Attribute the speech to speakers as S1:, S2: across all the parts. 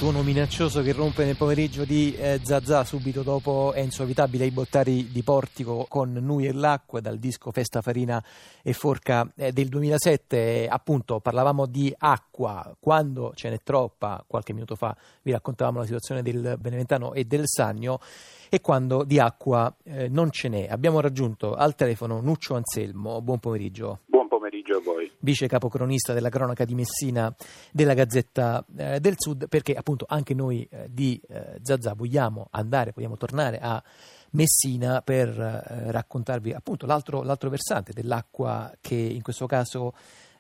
S1: tuono minaccioso che rompe nel pomeriggio di Zazà subito dopo Enzo Avitabile ai Bottari di Portico con Nui e l'acqua dal disco Festa Farina e Forca del 2007. Appunto parlavamo di acqua quando ce n'è troppa, qualche minuto fa vi raccontavamo la situazione del Beneventano e del Sannio, e quando di acqua non ce n'è. Abbiamo raggiunto al telefono Nuccio Anselmo. Buon pomeriggio.
S2: Buon pomeriggio a voi.
S1: Vice capocronista della cronaca di Messina della Gazzetta del Sud, perché appunto anche noi di Zazà vogliamo tornare a Messina per raccontarvi appunto l'altro versante dell'acqua che in questo caso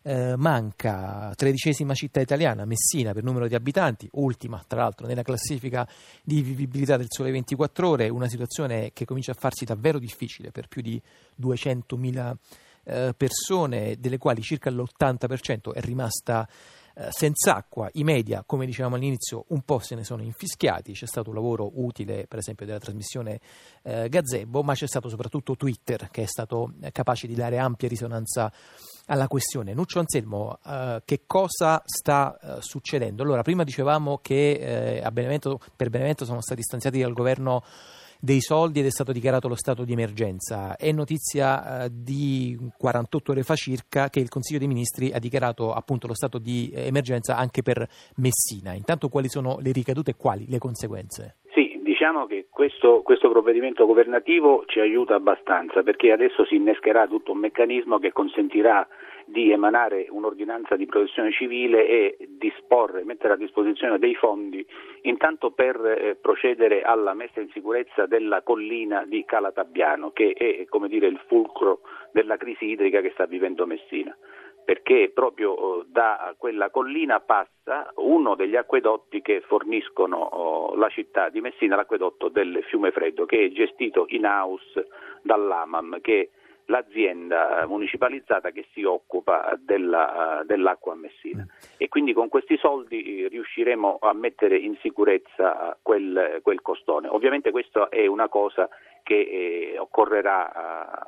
S1: manca. 13ª città italiana, Messina, per numero di abitanti, ultima tra l'altro nella classifica di vivibilità del Sole 24 Ore, una situazione che comincia a farsi davvero difficile per più di 200.000 persone, delle quali circa l'80% è rimasta senza acqua. I media, come dicevamo all'inizio, un po' se ne sono infischiati. C'è stato un lavoro utile, per esempio, della trasmissione Gazebo, ma c'è stato soprattutto Twitter, che è stato capace di dare ampia risonanza alla questione. Nuccio Anselmo, che cosa sta succedendo? Allora, prima dicevamo che per Benevento sono stati stanziati dal governo dei soldi ed è stato dichiarato lo stato di emergenza. È notizia di 48 ore fa circa che il Consiglio dei Ministri ha dichiarato appunto lo stato di emergenza anche per Messina. Intanto quali sono le ricadute e quali le conseguenze?
S2: Sì, diciamo che questo provvedimento governativo ci aiuta abbastanza, perché adesso si innescherà tutto un meccanismo che consentirà di emanare un'ordinanza di protezione civile e mettere a disposizione dei fondi intanto per procedere alla messa in sicurezza della collina di Calatabbiano, che è, come dire, il fulcro della crisi idrica che sta vivendo Messina, perché proprio da quella collina passa uno degli acquedotti che forniscono la città di Messina, l'acquedotto del Fiume Freddo, che è gestito in house dall'AMAM, che è l'azienda municipalizzata che si occupa dell'acqua a Messina, e quindi con questi soldi riusciremo a mettere in sicurezza quel costone. Ovviamente questa è una cosa che occorrerà,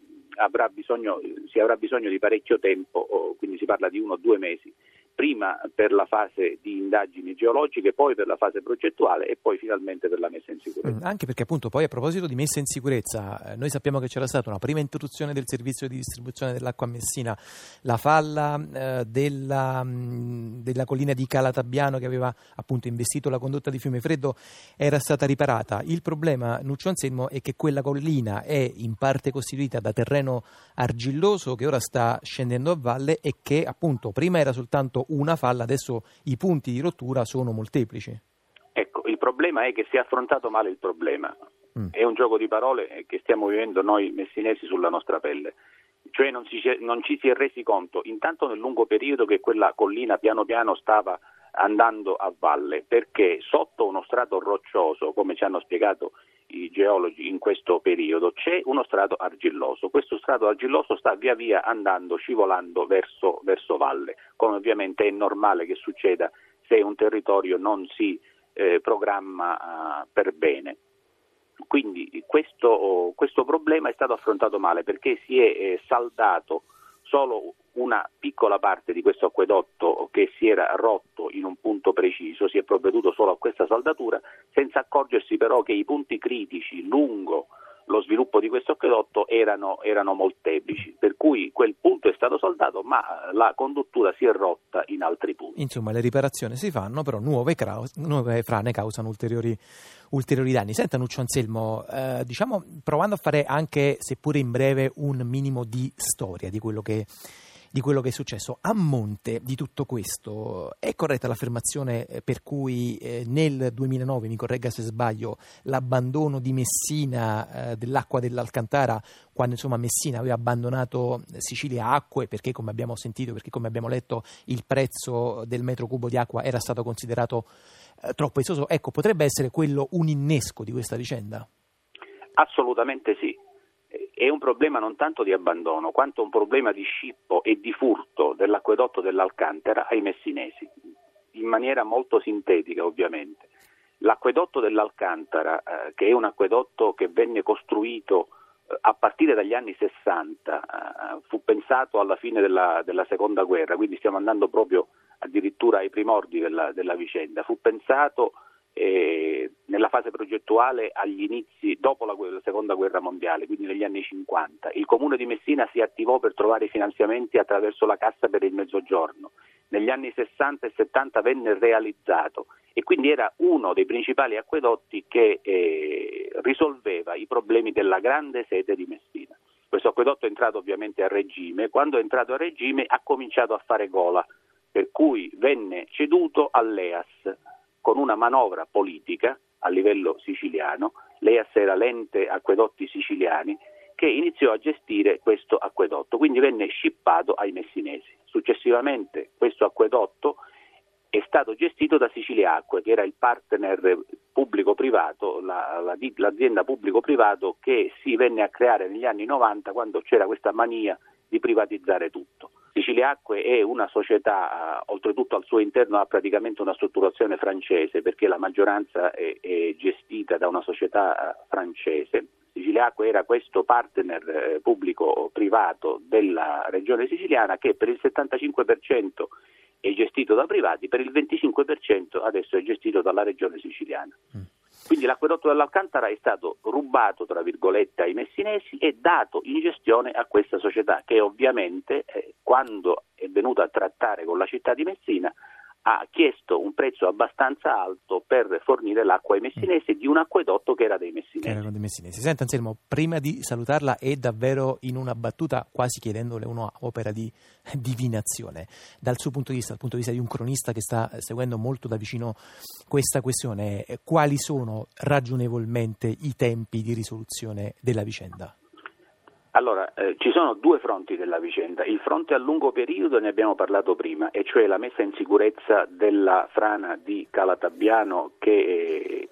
S2: si avrà bisogno di parecchio tempo, quindi si parla di 1 o 2 mesi, prima per la fase di indagini geologiche, poi per la fase progettuale e poi finalmente per la messa in sicurezza.
S1: Anche perché appunto poi, a proposito di messa in sicurezza, noi sappiamo che c'era stata una prima interruzione del servizio di distribuzione dell'acqua a Messina, la falla della collina di Calatabbiano che aveva appunto investito la condotta di Fiume Freddo era stata riparata. Il problema, Nuccio Anselmo, è che quella collina è in parte costituita da terreno argilloso che ora sta scendendo a valle e che appunto prima era soltanto una falla, adesso i punti di rottura sono molteplici. Ecco,
S2: il problema è che si è affrontato male il problema. È un gioco di parole che stiamo vivendo noi messinesi sulla nostra pelle. Cioè non ci si è resi conto, intanto nel lungo periodo, che quella collina piano piano stava andando a valle, perché sotto uno strato roccioso, come ci hanno spiegato i geologi in questo periodo, c'è uno strato argilloso. Questo strato argilloso sta via via scivolando verso valle, come ovviamente è normale che succeda se un territorio non si programma per bene. Quindi questo problema è stato affrontato male, perché si è saldato solo una piccola parte di questo acquedotto che si era rotto in un punto preciso, si è provveduto solo a questa saldatura, senza accorgersi però che i punti critici lungo lo sviluppo di questo acquedotto erano molteplici, per cui quel punto è stato saldato, ma la conduttura si è rotta in altri punti.
S1: Insomma, le riparazioni si fanno, però nuove frane causano ulteriori danni. Senta, Nuccio Anselmo, provando a fare anche, seppure in breve, un minimo di storia di quello che è successo. A monte di tutto questo, è corretta l'affermazione per cui nel 2009, mi corregga se sbaglio, l'abbandono di Messina dell'acqua dell'Alcantara, quando insomma Messina aveva abbandonato Sicilia Acque, perché come abbiamo sentito, perché come abbiamo letto, il prezzo del metro cubo di acqua era stato considerato troppo esoso. Ecco, potrebbe essere quello un innesco di questa vicenda?
S2: Assolutamente sì. È un problema non tanto di abbandono, quanto un problema di scippo e di furto dell'acquedotto dell'Alcantara ai messinesi, in maniera molto sintetica ovviamente. L'acquedotto dell'Alcantara, che è un acquedotto che venne costruito a partire dagli anni 60, fu pensato alla fine della seconda guerra, quindi stiamo andando proprio addirittura ai primordi della vicenda. Fu pensato nella fase progettuale agli inizi, dopo la seconda guerra mondiale, quindi negli anni 50. Il comune di Messina si attivò per trovare i finanziamenti attraverso la Cassa per il Mezzogiorno. Negli anni 60 e 70 venne realizzato e quindi era uno dei principali acquedotti che risolveva i problemi della grande sete di Messina. Questo acquedotto è entrato ovviamente a regime. Quando è entrato a regime ha cominciato a fare gola, per cui venne ceduto all'EAS con una manovra politica a livello siciliano. L'EAS era l'ente acquedotti siciliani che iniziò a gestire questo acquedotto, quindi venne scippato ai messinesi. Successivamente questo acquedotto è stato gestito da Siciliacque, che era il partner pubblico-privato, l'azienda pubblico-privato che si venne a creare negli anni 90 quando c'era questa mania di privatizzare tutto. Siciliacque è una società, oltretutto al suo interno ha praticamente una strutturazione francese, perché la maggioranza è gestita da una società francese. Siciliacque era questo partner pubblico-privato della regione siciliana che per il 75% è gestito da privati, per il 25% adesso è gestito dalla regione siciliana. Quindi l'acquedotto dell'Alcantara è stato rubato, tra virgolette, ai messinesi e dato in gestione a questa società che ovviamente quando è venuta a trattare con la città di Messina ha chiesto un prezzo abbastanza alto per fornire l'acqua ai messinesi di un acquedotto che era dei messinesi.
S1: Senta Anselmo, prima di salutarla è davvero in una battuta, quasi chiedendole un'opera di divinazione. Dal suo punto di vista, dal punto di vista di un cronista che sta seguendo molto da vicino questa questione, quali sono ragionevolmente i tempi di risoluzione della vicenda?
S2: Allora, ci sono due fronti della vicenda. Il fronte a lungo periodo ne abbiamo parlato prima, e cioè la messa in sicurezza della frana di Calatabbiano che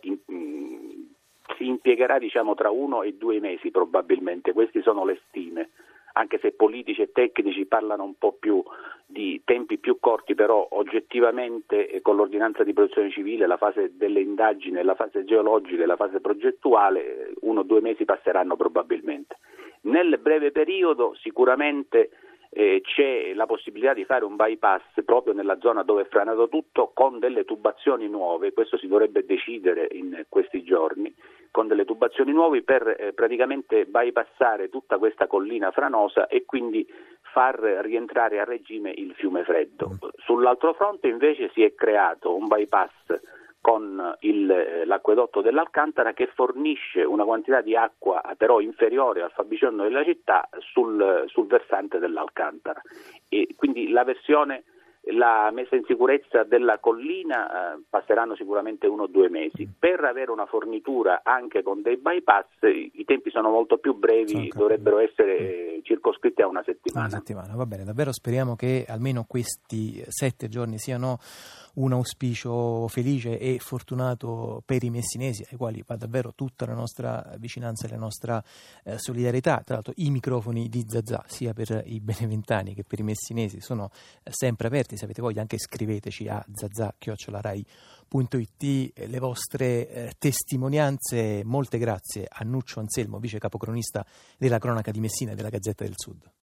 S2: si impiegherà tra 1 e 2 mesi probabilmente. Queste sono le stime, anche se politici e tecnici parlano un po' più di tempi più corti, però oggettivamente con l'ordinanza di protezione civile la fase delle indagini, la fase geologica e la fase progettuale 1 o 2 mesi passeranno probabilmente. Nel breve periodo sicuramente c'è la possibilità di fare un bypass proprio nella zona dove è franato tutto con delle tubazioni nuove, questo si dovrebbe decidere in questi giorni, con delle tubazioni nuove per praticamente bypassare tutta questa collina franosa e quindi far rientrare a regime il fiume Freddo. Sull'altro fronte invece si è creato un bypass con l'acquedotto dell'Alcantara che fornisce una quantità di acqua però inferiore al fabbisogno della città sul versante dell'Alcantara, e quindi la messa in sicurezza della collina passeranno sicuramente 1 o 2 mesi. Per avere una fornitura anche con dei bypass i tempi sono molto più brevi, dovrebbero essere circoscritti a 1 settimana.
S1: 1 settimana, va bene, davvero speriamo che almeno questi 7 giorni siano un auspicio felice e fortunato per i messinesi, ai quali va davvero tutta la nostra vicinanza e la nostra solidarietà. Tra l'altro i microfoni di Zazà, sia per i beneventani che per i messinesi, sono sempre aperti. Se avete voglia anche scriveteci a zazà@rai.it le vostre testimonianze. Molte grazie a Nuccio Anselmo, vice capocronista della cronaca di Messina e della Gazzetta del Sud.